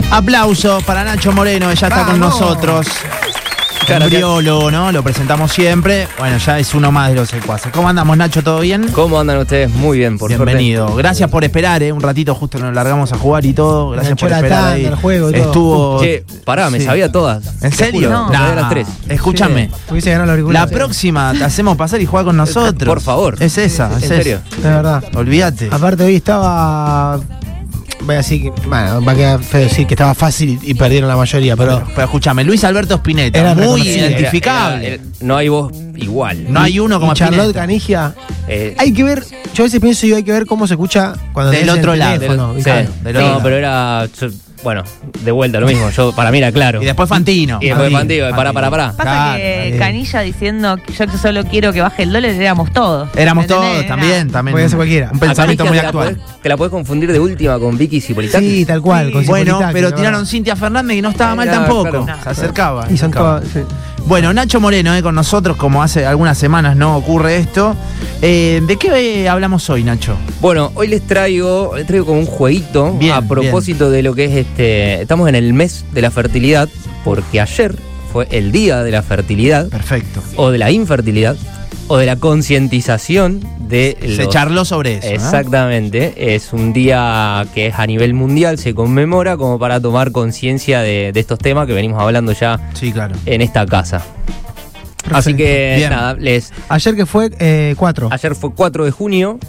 Aplauso para Nacho Moreno, que ya está con nosotros. Embriólogo, ¿no? Lo presentamos siempre. Bueno, ya es uno más de los secuaces. ¿Cómo andamos, Nacho? ¿Todo bien? ¿Cómo andan ustedes? Muy bien, por Bienvenido. suerte. Gracias por esperar, un ratito justo nos largamos a jugar y todo. Gracias por esperar ahí. El juego y todo. Estuvo... Che, pará, me sabía todas. ¿En serio? No, me sabía las tres. Escúchame. Hubiese ganado la auricular. La próxima te hacemos pasar y jugar con nosotros. Por favor. Es esa, ¿En es serio? esa. Es verdad. Olvídate. Aparte hoy estaba... Voy a decir que... Bueno, va a quedar feo decir que estaba fácil y perdieron la mayoría, pero escúchame, Luis Alberto Spinetta, Era muy reconocido. identificable. No hay voz igual. No hay uno como y Charlotte Spinetta. Canigia. Eh, Hay que ver, yo a veces pienso hay que ver cómo se escucha cuando Del tenés el otro lado, teléfono, sí, ¿viste? del no, otro lado. pero era... Bueno, de vuelta lo mismo. Para mí era claro. Y después Fantino. Y después Fantino, pará. Pasa Claro, que Canilla diciendo yo solo quiero que baje el dólar, éramos todos. Éramos ¿Me entendés? todos también. Podía ser cualquiera. Un pensamiento muy actual. Te la podés confundir de última con Vicky Cipolitakis. Sí, tal cual. Sí. con Bueno, Cipolitakis, pero ¿no? tiraron Cintia Fernández y no estaba mal Claro, tampoco. claro. Se acercaba. Y son acercaba. todos... sí. Bueno, Nacho Moreno, con nosotros, como hace algunas semanas no ocurre esto. ¿De qué hablamos hoy, Nacho? Bueno, hoy les traigo como un jueguito Bien, a propósito de lo que es estamos en el mes de la fertilidad, porque ayer fue el día de la fertilidad, Perfecto. o de la infertilidad, o de la concientización de Se charló sobre eso. ¿no? Exactamente, es un día que es a nivel mundial, se conmemora como para tomar conciencia de estos temas que venimos hablando ya Sí, claro. en esta casa. Perfecto. Así que Bien. nada, Ayer que fue 4. ayer fue 4 de junio.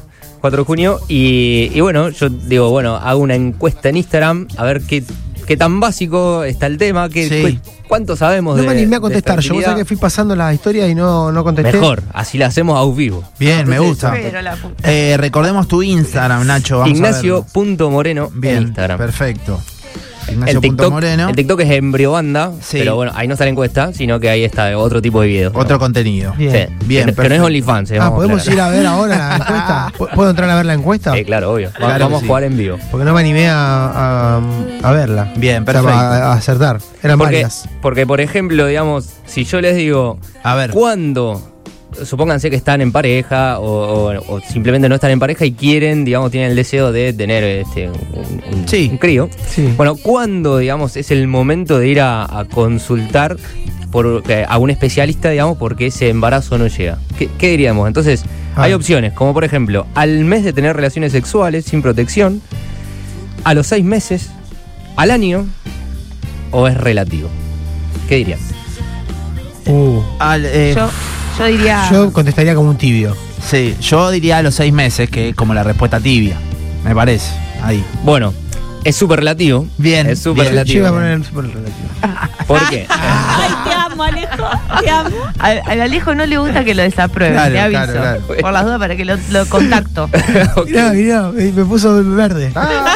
Y bueno, yo digo, bueno, hago una encuesta en Instagram a ver qué tan básico está el tema, Sí. cuánto sabemos No de me animé a de contestar. Yo fertilidad. sé que fui pasando las historias y no contesté. Mejor, así la hacemos a vivo. Bien, me gusta. Pero la puta. Recordemos tu Instagram, Nacho. Vamos a verlo. Ignacio.moreno en Bien, Instagram. perfecto. El Ignacio.moreno. TikTok es Embriobanda, Sí. pero bueno, ahí no está la encuesta, sino que ahí está otro tipo de videos. ¿no? Otro contenido. Bien. Sí. Bien, que no perfecto. es OnlyFans. ¿Podemos ir a ver ahora la encuesta? ¿Puedo entrar a ver la encuesta? Claro, obvio. Claro Vamos que a sí. jugar en vivo. Porque no me animé a verla. Bien, O sea, perfecto. a acertar. Eran varias. Porque, por ejemplo, digamos, si yo les digo, A ver. ¿cuándo? Supónganse que están en pareja o simplemente no están en pareja y quieren, digamos, tienen el deseo de tener Sí. un crío. Sí. Bueno, ¿cuándo, digamos, es el momento de ir a consultar a un especialista, digamos, porque ese embarazo no llega? ¿Qué diríamos? Entonces, hay opciones, como por ejemplo, al mes de tener relaciones sexuales sin protección, a los 6 meses, al año, o es relativo. ¿Qué dirías? Yo diría. Yo contestaría como un tibio. Sí, yo diría a los 6 meses, que es como la respuesta tibia. Me parece. Ahí. Bueno, es súper relativo. Bien, Es súper bien. Yo iba a relativo. poner el super relativo. ¿Por qué? Ay, te amo, Alejo. Te amo. Al Alejo no le gusta que lo desapruebe, Claro, te aviso. claro. Por las dudas, para que lo contacto. Ok. Mirá, me puso verde.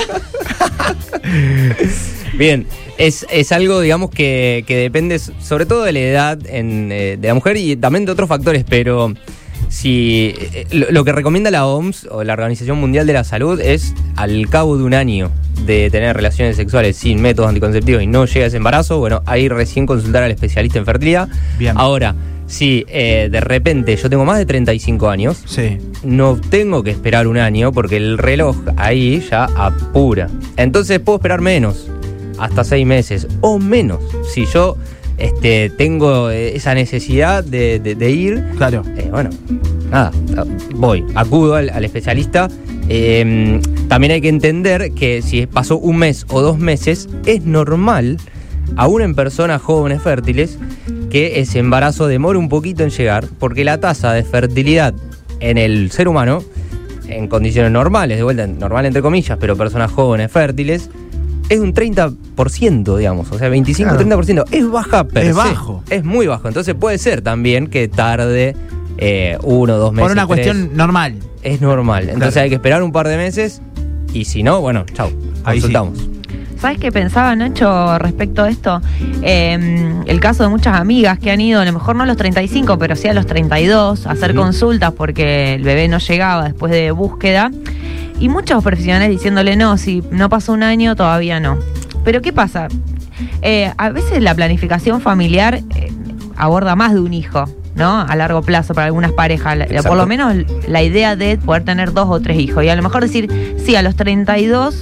Bien, es algo, digamos, que depende sobre todo de la edad de la mujer y también de otros factores, pero si lo que recomienda la OMS o la Organización Mundial de la Salud es al cabo de un año de tener relaciones sexuales sin métodos anticonceptivos y no llega ese embarazo, bueno, ahí recién consultar al especialista en fertilidad. Bien. Ahora, si de repente yo tengo más de 35 años, Sí. no tengo que esperar un año porque el reloj ahí ya apura. Entonces puedo esperar menos, hasta 6 meses o menos. Si yo tengo esa necesidad de ir, Claro. bueno, nada, acudo al especialista. También hay que entender que si pasó un mes o 2 meses, es normal, aún en personas jóvenes fértiles, que ese embarazo demore un poquito en llegar, porque la tasa de fertilidad en el ser humano, en condiciones normales, de vuelta, normal entre comillas, pero personas jóvenes fértiles, es un 30%, digamos, o sea, 25-30%. Es baja, per Es se. bajo. Es muy bajo. Entonces puede ser también que tarde 1 o 2 meses. Por una 3. cuestión normal. Es normal. Entonces Claro. hay que esperar un par de meses y si no, bueno, chau, Ahí sí. consultamos. ¿Sabes qué pensaba, Nacho, respecto a esto? El caso de muchas amigas que han ido, a lo mejor no a los 35, pero sí a los 32, a hacer consultas porque el bebé no llegaba después de búsqueda. Y muchos profesionales diciéndole, no, si no pasó un año, todavía no. Pero ¿qué pasa? A veces la planificación familiar aborda más de un hijo, ¿no? A largo plazo para algunas parejas. Exacto. Por lo menos la idea de poder tener 2 o 3 hijos. Y a lo mejor decir, sí, a los 32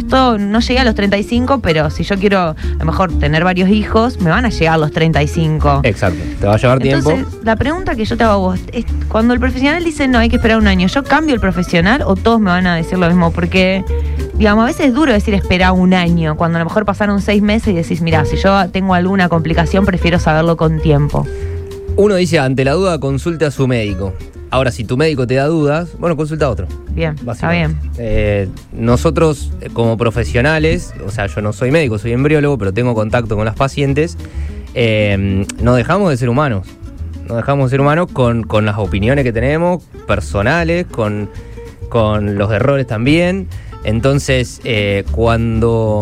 justo no llegué a los 35, pero si yo quiero a lo mejor tener varios hijos, me van a llegar los 35. Exacto, te va a llevar Entonces, tiempo. la pregunta que yo te hago a vos es, cuando el profesional dice no, hay que esperar un año, ¿yo cambio el profesional o todos me van a decir lo mismo? Porque, digamos, a veces es duro decir espera un año, cuando a lo mejor pasaron 6 meses y decís, mira, si yo tengo alguna complicación, prefiero saberlo con tiempo. Uno dice, ante la duda, consulte a su médico. Ahora, si tu médico te da dudas, bueno, consulta a otro. Bien, está bien. Nosotros, como profesionales, o sea, yo no soy médico, soy embriólogo, pero tengo contacto con las pacientes, no dejamos de ser humanos. No dejamos de ser humanos con las opiniones que tenemos, personales, con los errores también. Entonces, cuando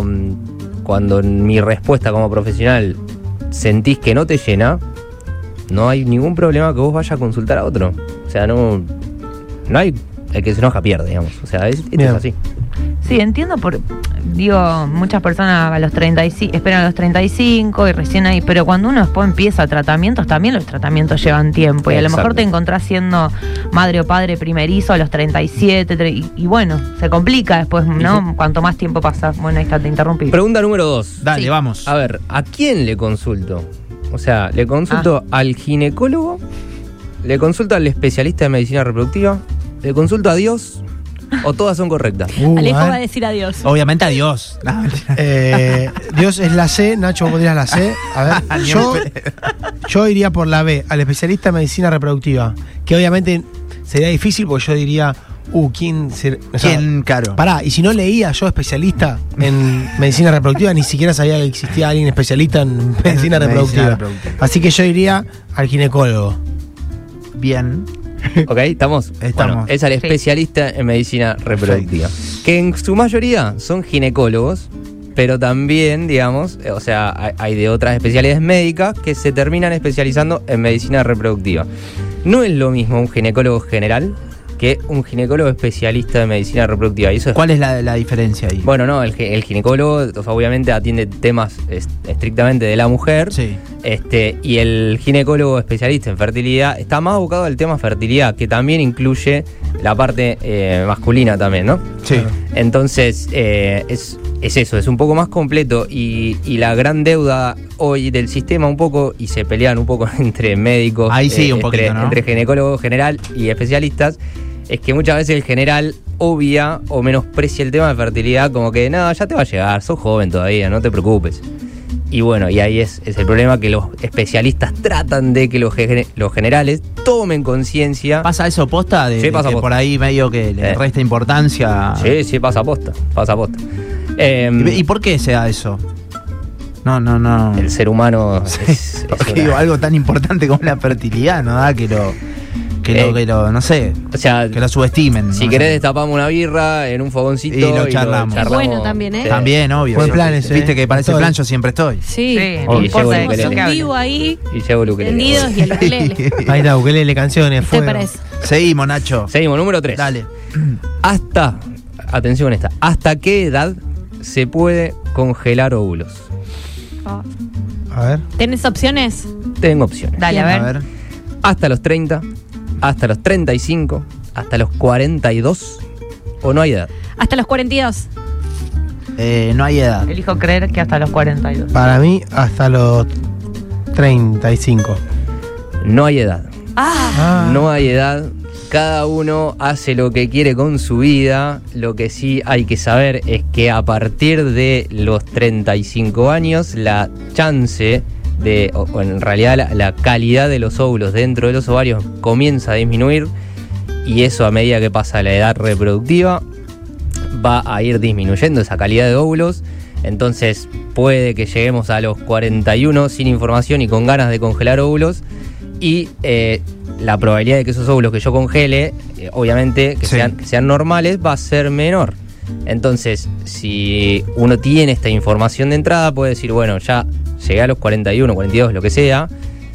mi respuesta como profesional sentís que no te llena, no hay ningún problema que vos vayas a consultar a otro. O sea, no hay... El que se enoja pierde, digamos. O sea, esto es así. Sí, entiendo muchas personas a los 35, esperan a los 35 y recién ahí, pero cuando uno después empieza tratamientos, también los tratamientos llevan tiempo. Y a lo mejor te encontrás siendo madre o padre primerizo a los 37, y bueno, se complica después, ¿no? Cuanto más tiempo pasa. Bueno, ahí está, te interrumpí. Pregunta número 2. Dale, Sí. vamos. A ver, ¿a quién le consulto? O sea, ¿le consulto al ginecólogo? ¿Le consulto al especialista de medicina reproductiva? ¿Le consulto a Dios? ¿O todas son correctas? Alejo a ver. va a decir adiós. Obviamente adiós. No, Dios es la C, Nacho, vos pondrías la C. A ver, yo iría por la B, al especialista de medicina reproductiva. Que obviamente sería difícil porque yo diría, ¿quién? Caro? Pará, y si no leía yo especialista en medicina reproductiva, ni siquiera sabía que existía alguien especialista en medicina reproductiva. Así que yo iría al ginecólogo. Bien. ¿Ok? ¿Estamos? Bueno, es al especialista en medicina reproductiva. Que en su mayoría son ginecólogos, pero también, digamos, o sea, hay de otras especialidades médicas que se terminan especializando en medicina reproductiva. No es lo mismo un ginecólogo general que un ginecólogo especialista de medicina reproductiva. Y eso ¿Cuál es la diferencia ahí? Bueno, no, el ginecólogo, o sea, obviamente atiende temas estrictamente de la mujer. Sí. Y el ginecólogo especialista en fertilidad está más abocado al tema fertilidad, que también incluye la parte masculina también, ¿no? Sí. Entonces, es eso, es un poco más completo y la gran deuda hoy del sistema un poco, y se pelean un poco entre médicos, ahí sí, un poquito, ¿no? Entre ginecólogo general y especialistas, es que muchas veces el general obvia o menosprecia el tema de fertilidad como que, no, ya te va a llegar, sos joven todavía, no te preocupes. Y bueno, y ahí es el problema, que los especialistas tratan de que los generales tomen conciencia. ¿Pasa eso posta? Sí, pasa que posta. Por ahí medio que le resta importancia. Sí, pasa posta. ¿Y por qué se da eso? No. El ser humano Porque digo, algo tan importante como la fertilidad, no da que lo no sé, o sea, que lo subestimen. Si no querés sé. destapamos una birra en un fogoncito Y lo charlamos. Bueno, también, ¿eh? Sí. También, obvio. Buen Sí. plan ese, Viste que para ese estoy. plan yo siempre estoy. Sí. Sí, Oh, no y importa llevo de el lo que Un hable. vivo ahí, Y llevo el ukelele. tendidos y el ukelele. Ahí está, ukelele, canciones, ¿Te fuego. parece? Seguimos, Nacho. Seguimos, número 3. Dale. Atención esta, ¿hasta qué edad se puede congelar óvulos? A ver. ¿Tenés opciones? Tengo opciones. Dale, a ver. Hasta los 30, hasta los 35, hasta los 42, o no hay edad. Hasta los 42. No hay edad. Elijo creer que hasta los 42. Para mí, hasta los 35. No hay edad. Ah, No hay edad. Cada uno hace lo que quiere con su vida. Lo que sí hay que saber es que a partir de los 35 años, la chance de, o en realidad la calidad de los óvulos dentro de los ovarios comienza a disminuir, y eso a medida que pasa la edad reproductiva va a ir disminuyendo esa calidad de óvulos. Entonces puede que lleguemos a los 41 sin información y con ganas de congelar óvulos, y la probabilidad de que esos óvulos que yo congele, obviamente que Sí. sean normales, va a ser menor. Entonces, si uno tiene esta información de entrada, puede decir, bueno, ya llegué a los 41, 42, lo que sea,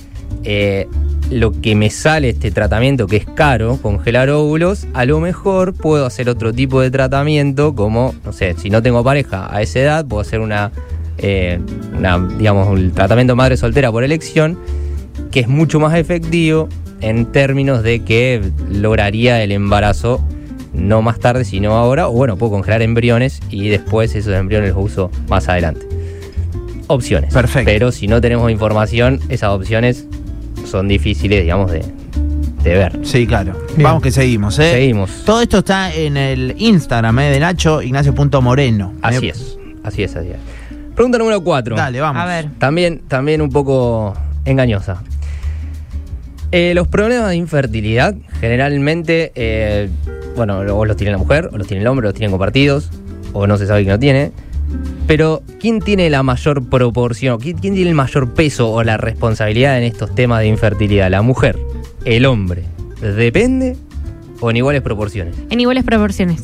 lo que me sale este tratamiento, que es caro, congelar óvulos, a lo mejor puedo hacer otro tipo de tratamiento, como, no sé, si no tengo pareja a esa edad, puedo hacer digamos, un tratamiento madre soltera por elección, que es mucho más efectivo en términos de que lograría el embarazo no más tarde, sino ahora, o bueno, puedo congelar embriones y después esos embriones los uso más adelante. Opciones. Perfecto. Pero si no tenemos información, esas opciones son difíciles, digamos, de ver. Sí, claro. Bien. Vamos que seguimos, ¿eh? Seguimos. Todo esto está en el Instagram de Nacho, Ignacio.Moreno. Así es. Pregunta número 4. Dale, vamos. A ver. También un poco engañosa. Los problemas de infertilidad generalmente, bueno, o los tiene la mujer, o los tiene el hombre, o los tienen compartidos, o no se sabe quién lo tiene. Pero, ¿quién tiene la mayor proporción? ¿Quién tiene el mayor peso o la responsabilidad en estos temas de infertilidad? ¿La mujer? ¿El hombre? ¿Depende o en iguales proporciones? En iguales proporciones.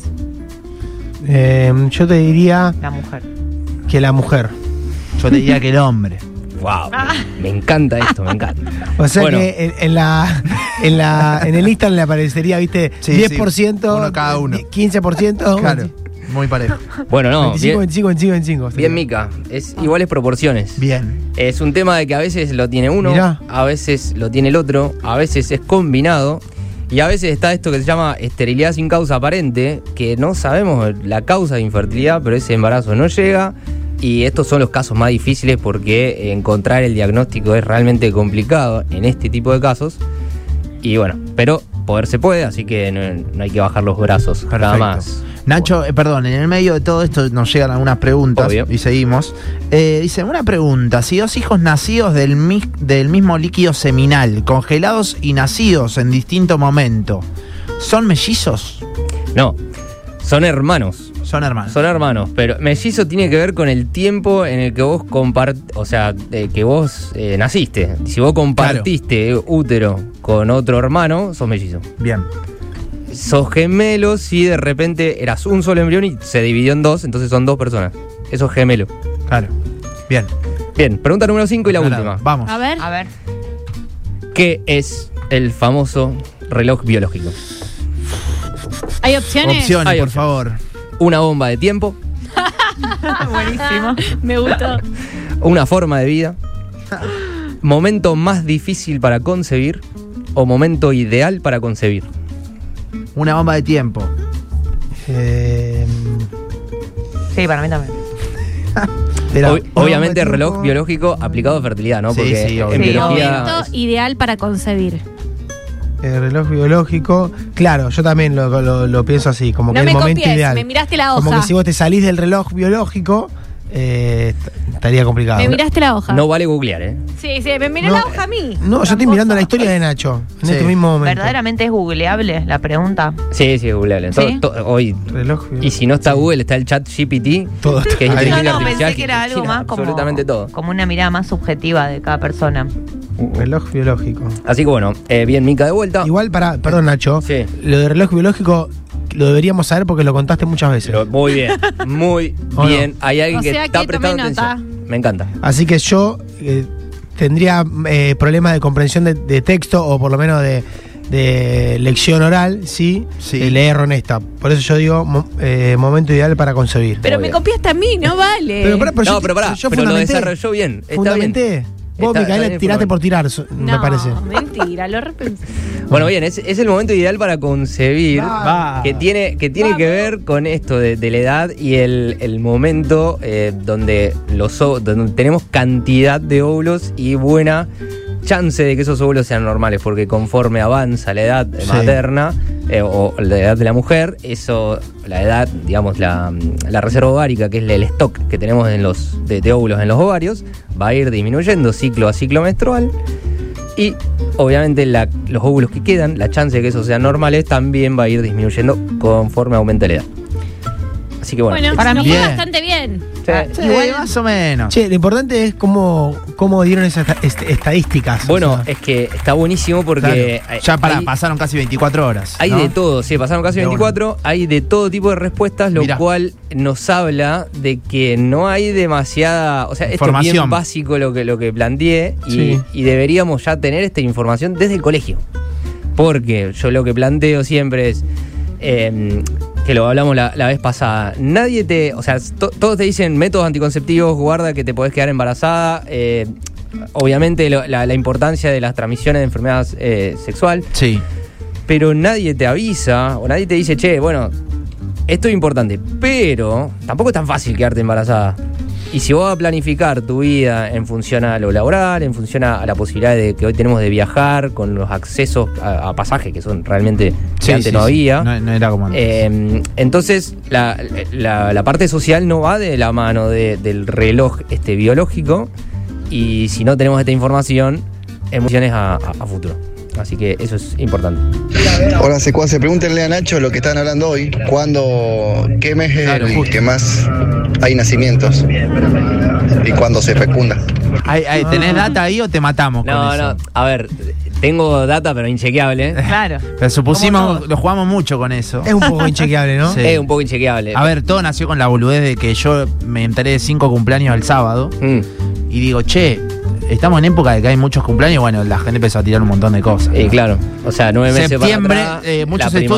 Yo te diría La mujer. que la mujer. Yo te diría que el hombre. ¡Wow! Me encanta esto, me encanta. O sea Bueno, que en el Instagram le aparecería, viste, Sí, 10%, uno cada uno. 15%. Claro, muy parejo. Bueno, no, 25, bien, 25, 25, 25. bien Mica, es iguales proporciones. Bien. Es un tema de que a veces lo tiene uno, Mirá. a veces lo tiene el otro, a veces es combinado y a veces está esto que se llama esterilidad sin causa aparente, que no sabemos la causa de infertilidad, pero ese embarazo no llega y estos son los casos más difíciles porque encontrar el diagnóstico es realmente complicado en este tipo de casos y bueno, pero poder se puede, así que no hay que bajar los brazos, nada Perfecto. más. Nacho, perdón, en el medio de todo esto nos llegan algunas preguntas. Obvio. Y seguimos. Dice, una pregunta, si 2 hijos nacidos del mismo líquido seminal, congelados y nacidos en distinto momento, ¿son mellizos? No, son hermanos. Son hermanos. Son hermanos, pero mellizo tiene que ver con el tiempo en el que vos que vos naciste. Si vos compartiste útero con otro hermano, sos mellizo. Bien. Sos gemelo si de repente eras un solo embrión y se dividió en 2, entonces son 2 personas. Eso es gemelo. Claro. Bien. Bien, pregunta número 5 y la Aclarado. última. Vamos. A ver. A ver. ¿Qué es el famoso reloj biológico? ¿Hay opciones? Opciones, Hay por opciones. favor. ¿Una bomba de tiempo? Buenísimo. Me gustó. ¿Una forma de vida? ¿Momento más difícil para concebir? ¿O momento ideal para concebir? Una bomba de tiempo. Sí, para mí también. Era- Obviamente tiempo. reloj biológico aplicado a fertilidad, ¿no? Sí, Porque sí, en obvio. biología Momento es- ideal para concebir. El reloj biológico. Claro, yo también lo pienso así, como que No el me momento copies, ideal. me miraste la Como hoja. que si vos te salís del reloj biológico, estaría complicado. Me miraste la hoja. no vale googlear, ¿eh? Sí, sí, me miró No, la hoja a mí. No, yo estoy mirando la historia de Nacho en Sí. este mismo momento. ¿Verdaderamente es googleable la pregunta? Sí, sí, es googleable. ¿Sí? Hoy, Reloj biológico. y si no está Google, está el chat GPT, Todo que es está ahí. inteligencia No, artificial, pensé que era algo tiene más como, absolutamente todo. como una mirada más subjetiva de cada persona. Reloj biológico. Así que bueno, bien, Mica de vuelta. Igual perdón Nacho, Sí. lo de reloj biológico lo deberíamos saber porque lo contaste muchas veces. Pero muy bien, muy ¿O no? bien. Hay alguien O que sea está que prestando tomé nota. atención. Me encanta. Así que yo tendría problemas de comprensión de texto o por lo menos de lección oral, sí, Sí. de leer honesta. Por eso yo digo momento ideal para concebir. Pero Muy me bien. copiaste a mí, no vale. Pero pará, No, yo- pero pará, yo pero lo fundamenté. desarrolló bien. Está Fundamenté. bien. Vos, Está Micaela, bien tiraste por tirar, me no, parece. mentira, lo repensé. Bueno, bien, es el momento ideal para concebir, Va. que tiene que ver con esto de la edad y el momento donde donde tenemos cantidad de óvulos y buena chance de que esos óvulos sean normales, porque conforme avanza la edad materna o la edad de la mujer, la edad, digamos, la reserva ovárica, que es el stock que tenemos de óvulos en los ovarios, va a ir disminuyendo ciclo a ciclo menstrual. Y obviamente los óvulos que quedan, la chance de que esos sean normales, también va a ir disminuyendo conforme aumenta la edad. Así que bueno. Bueno, para nos mí- fue Bien. bastante bien. Sí, Igual- más o menos. Che, lo importante es cómo dieron esas estadísticas. Bueno, o sea, es que está buenísimo porque Claro. Ya hay, pasaron casi 24 horas. hay ¿no? de todo, sí, pasaron casi De 24, hay de todo tipo de respuestas, lo Mirá. cual nos habla de que no hay demasiada, o sea, esto es bien Información. básico lo que planteé Sí. y deberíamos ya tener esta información desde el colegio. Porque yo lo que planteo siempre es que lo hablamos la vez pasada. Nadie o sea, todos te dicen métodos anticonceptivos, guarda que te podés quedar embarazada. Obviamente la importancia de las transmisiones de enfermedad sexual. Sí. pero nadie te avisa o nadie te dice, che, bueno, esto es importante, pero tampoco es tan fácil quedarte embarazada. Y si vos vas a planificar tu vida en función a lo laboral, en función a la posibilidad de que hoy tenemos de viajar, con los accesos a pasajes que son realmente que antes no había. No era como antes. Entonces, la parte social no va de la mano del reloj biológico, y si no tenemos esta información, emociones a futuro. Así que eso es importante. Hola, secuaces, pregúntenle a Nacho lo que están hablando hoy. ¿Qué mes es el que más hay nacimientos? ¿Y cuándo se fecunda? ¿Tenés data ahí o te matamos con eso? No, a ver, tengo data pero inchequeable. Claro. Pero supusimos, lo jugamos mucho con eso. Es un poco inchequeable, ¿no? Sí. Es un poco inchequeable. A ver, todo nació con la boludez de que yo me enteré de 5 cumpleaños el sábado y digo, che, estamos en época de que hay muchos cumpleaños, bueno, la gente empezó a tirar un montón de cosas. Claro, o sea, 9 meses septiembre, para atrás,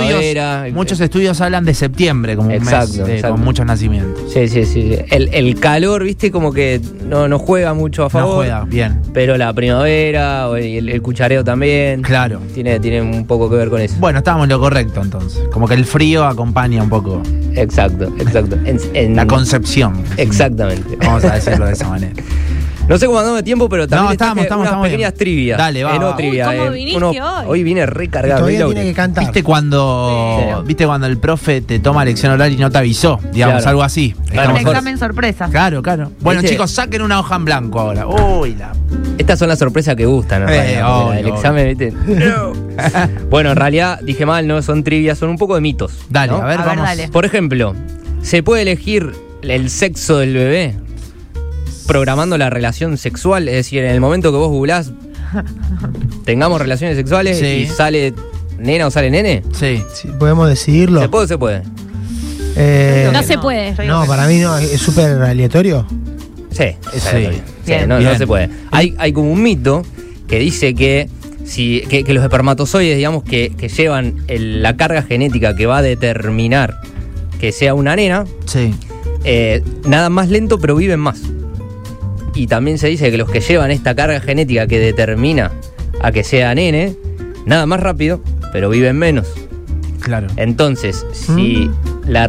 muchos estudios hablan de septiembre como un mes con muchos nacimientos. Sí. El calor, viste, como que no juega mucho a favor. No juega, bien. Pero la primavera y el cuchareo también. Claro. Tiene un poco que ver con eso. Bueno, estábamos en lo correcto entonces. Como que el frío acompaña un poco. Exacto. En la concepción. Exactamente. Vamos a decirlo de esa manera. No sé cómo andamos de tiempo, pero también estamos unas pequeñas trivias. Dale, va. No trivia. ¿Cómo viniste hoy? Hoy vine recargado. Todavía tiene que cantar. ¿Viste cuando el profe te toma lección oral y no te avisó? Digamos, Claro. algo así. Claro. Un mejor. examen sorpresa. Claro. Bueno, ¿Viste? chicos, saquen una hoja en blanco ahora. Uy, Estas son las sorpresas que gustan, ¿no? Obvio, El examen, ¿viste? No. Bueno, en realidad dije mal, no son trivias, son un poco de mitos. Dale, ¿no? a ver, A ver, vamos. dale. Por ejemplo, ¿se puede elegir el sexo del bebé programando la relación sexual? Es decir, en el momento que vos googlás, tengamos relaciones sexuales Sí. y sale nena o sale nene. Sí. Sí, ¿podemos decidirlo? ¿Se puede o se puede? No se puede. No, para mí no, es súper aleatorio. Sí, esa Sí. es la teoría. Bien. No Bien. se puede. Hay como un mito que dice que que los espermatozoides, digamos, que llevan la carga genética que va a determinar que sea una nena, Sí. nada más lento, pero viven más. Y también se dice que los que llevan esta carga genética que determina a que sea nene, nada más rápido, pero viven menos. Claro. Entonces, si la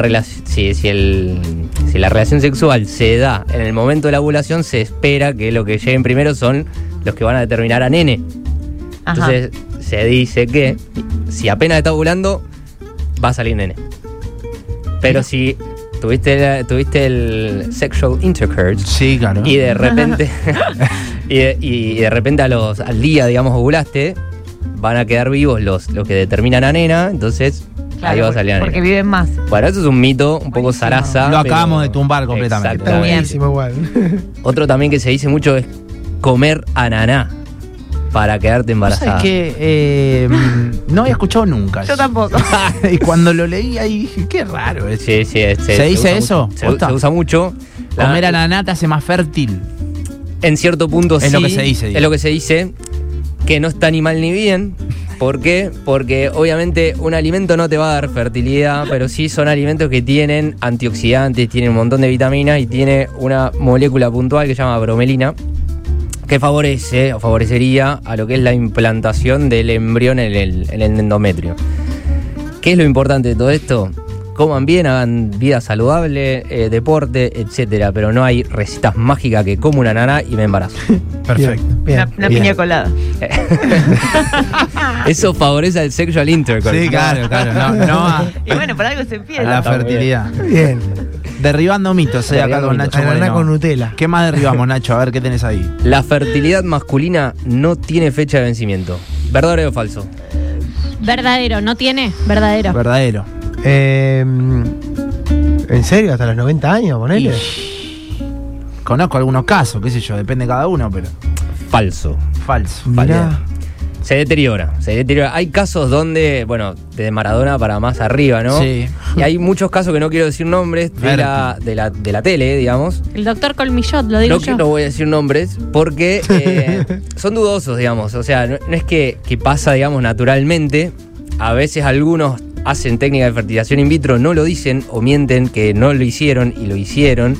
relación sexual se da en el momento de la ovulación, se espera que lo que lleguen primero son los que van a determinar a nene. Ajá. Entonces, se dice que si apenas está ovulando, va a salir nene. Pero si tuviste el sexual intercourse Sí, claro. y de repente y de repente al día, digamos, ovulaste, van a quedar vivos los que determinan a nena, entonces Claro, ahí va a salir a nena. porque viven más. Bueno, eso es un mito un poco zaraza. Lo pero- acabamos de tumbar completamente. Está Muy bien. buenísimo igual. Otro también que se dice mucho es comer ananá para quedarte embarazada. ¿Sabes qué? No había escuchado nunca. Yo tampoco. Y cuando lo leí ahí dije, qué raro es. Sí, ¿Se dice usa eso? mucho. ¿Posta? Se usa mucho. Comer ananá te hace más fértil. En cierto punto Es sí. lo que se dice, digo. Es lo que se dice, que no está ni mal ni bien. ¿Por qué? Porque obviamente un alimento no te va a dar fertilidad, pero sí son alimentos que tienen antioxidantes, tienen un montón de vitaminas y tiene una molécula puntual que se llama bromelina, que favorece o favorecería a lo que es la implantación del embrión en el endometrio. ¿Qué es lo importante de todo esto? Coman bien, hagan vida saludable, deporte, etcétera, pero no hay recetas mágicas que como una nana y me embarazo. Perfecto. Bien, Una bien. piña colada. Eso favorece al sexual intercourse. Sí, claro. No a Y bueno, por algo se empieza. la está muy fertilidad. Bien. Derribando mitos, acá Derribando con mitos. Nacho Ananá Moreno. con Nutella. ¿Qué más derribamos, Nacho? A ver, ¿qué tenés ahí? La fertilidad masculina no tiene fecha de vencimiento. ¿Verdadero o falso? Verdadero, no tiene. Verdadero. Verdadero. ¿En serio? ¿Hasta los 90 años, ponele? Conozco algunos casos, qué sé yo, depende de cada uno, pero Falso. falso. Mirá. Se deteriora. Hay casos donde, bueno, desde Maradona para más arriba, ¿no? Sí. Y hay muchos casos que no quiero decir nombres de la tele, digamos. El doctor Colmillot, lo digo No, yo. no voy a decir nombres porque son dudosos, digamos. O sea, no es que pasa, digamos, naturalmente. A veces algunos hacen técnica de fertilización in vitro, no lo dicen o mienten que no lo hicieron y lo hicieron.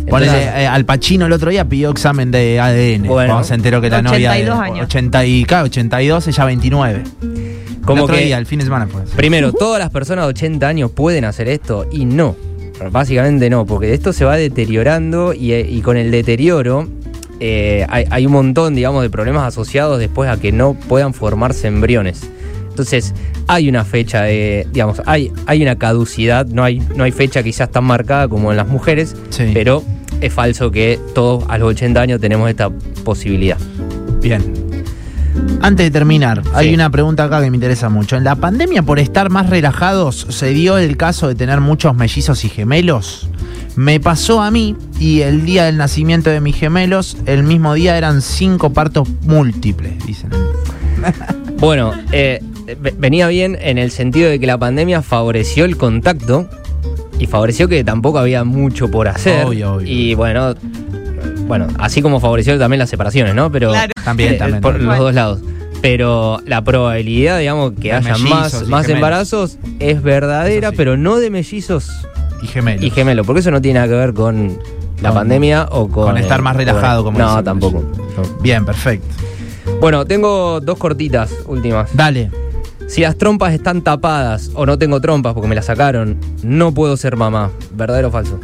Ponele, Al Pacino el otro día pidió examen de ADN. Bueno. Cuando se enteró que la 82 novia... años. 82, ella 29. Como el otro que, día, el fin de semana pues. primero, ¿todas las personas de 80 años pueden hacer esto? Y no. Básicamente no, porque esto se va deteriorando y con el deterioro hay un montón, digamos, de problemas asociados después a que no puedan formarse embriones. Entonces, hay una fecha de, digamos, hay una caducidad, no hay fecha quizás tan marcada como en las mujeres, Sí. pero es falso que todos a los 80 años tenemos esta posibilidad. Bien. Antes de terminar, hay una pregunta acá que me interesa mucho. ¿En la pandemia, por estar más relajados, se dio el caso de tener muchos mellizos y gemelos? Me pasó a mí, y el día del nacimiento de mis gemelos, el mismo día eran 5 partos múltiples, dicen. Bueno, venía bien en el sentido de que la pandemia favoreció el contacto y favoreció que tampoco había mucho por hacer. Obvio. Y bueno, así como favoreció también las separaciones, ¿no? Pero También. por los dos lados. Pero la probabilidad, digamos, que De haya mellizos más y gemelos. embarazos es verdadera, Eso sí. pero no de mellizos Y gemelos. y gemelos, porque eso no tiene nada que ver con la Con- pandemia o con estar más relajado, como no, decimos. tampoco. No. Bien, perfecto. Bueno, tengo 2 cortitas últimas. Dale. Si las trompas están tapadas o no tengo trompas porque me las sacaron, no puedo ser mamá. ¿Verdadero o falso?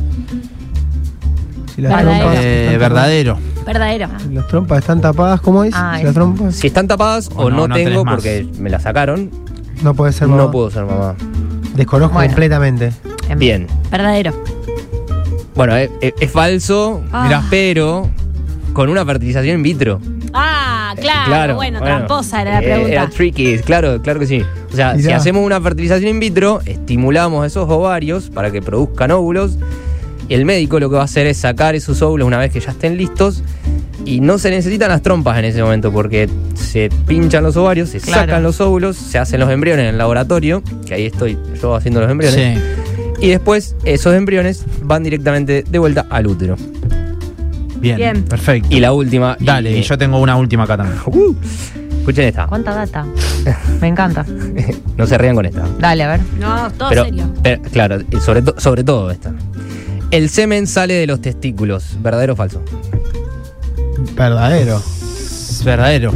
Si las Verdadero. trompas están Verdadero. Verdadero. tapadas- Las trompas están tapadas, ¿cómo es? Ay. Si las trompas Si están tapadas O o no, no, no tengo tenés más. porque me las sacaron, no puede ser mamá. no puedo ser mamá. Desconozco Bueno. completamente. Bien. Verdadero. Bueno, es falso, Ah. mirá, pero con una fertilización in vitro. Ah, claro. Bueno, tramposa era la pregunta. Era tricky, claro que sí. O sea, si Mirá. hacemos una fertilización in vitro, estimulamos esos ovarios para que produzcan óvulos. El médico lo que va a hacer es sacar esos óvulos una vez que ya estén listos. Y no se necesitan las trompas en ese momento porque se pinchan los ovarios, se Claro. sacan los óvulos, se hacen los embriones en el laboratorio, que ahí estoy yo haciendo los embriones. Sí. Y después esos embriones van directamente de vuelta al útero. Bien. Bien. Perfecto. Y la última. Dale, y yo tengo una última acá también. Escuchen esta. ¿Cuánta data? Me encanta. No se rían con esta. Dale, a ver. No, todo Pero, serio. claro, y sobre todo esta. El semen sale de los testículos. ¿Verdadero o falso? Verdadero. Verdadero.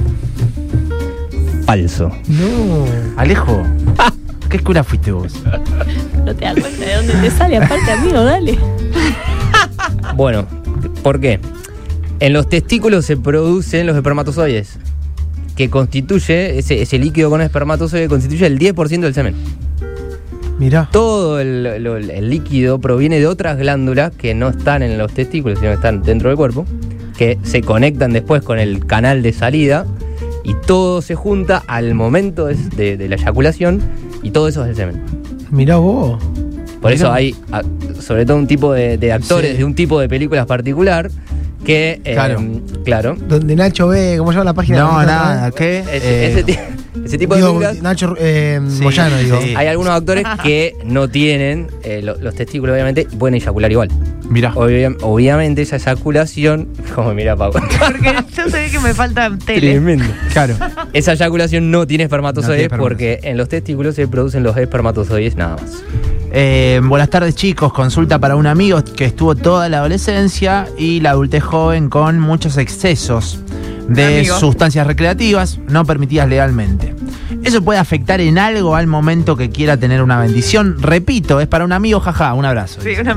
Falso. No. Alejo. ¿Qué escuela fuiste vos? No te das cuenta de dónde te sale, aparte, amigo, dale. Bueno, ¿por qué? En los testículos se producen los espermatozoides, que constituye, ese líquido con espermatozoide constituye el 10% del semen. Mirá. Todo el líquido proviene de otras glándulas que no están en los testículos, sino que están dentro del cuerpo, que se conectan después con el canal de salida y todo se junta al momento de la eyaculación y todo eso es el semen. Mirá vos. Por eso hay, sobre todo un tipo de actores Sí. de un tipo de películas particular que, claro, Donde Nacho ve, ¿cómo se llama la página? No, ¿Cómo se nada, llama? ¿qué? ese tipo de Digo, películas. Nacho Sí, Moyano, digo. sí. Hay algunos actores que no tienen los testículos, obviamente, y pueden eyacular igual. Mirá. Obviamente esa eyaculación, como mira Pau, Porque yo sé que me falta tele. tremendo. Claro. Esa eyaculación no tiene espermatozoides No tiene porque en los testículos se producen los espermatozoides nada más. Buenas tardes, chicos. Consulta para un amigo que estuvo toda la adolescencia y la adultez joven con muchos excesos de Amigo. sustancias recreativas no permitidas legalmente. ¿Eso puede afectar en algo al momento que quiera tener una bendición? Repito, es para un amigo, jaja, un abrazo. Sí, una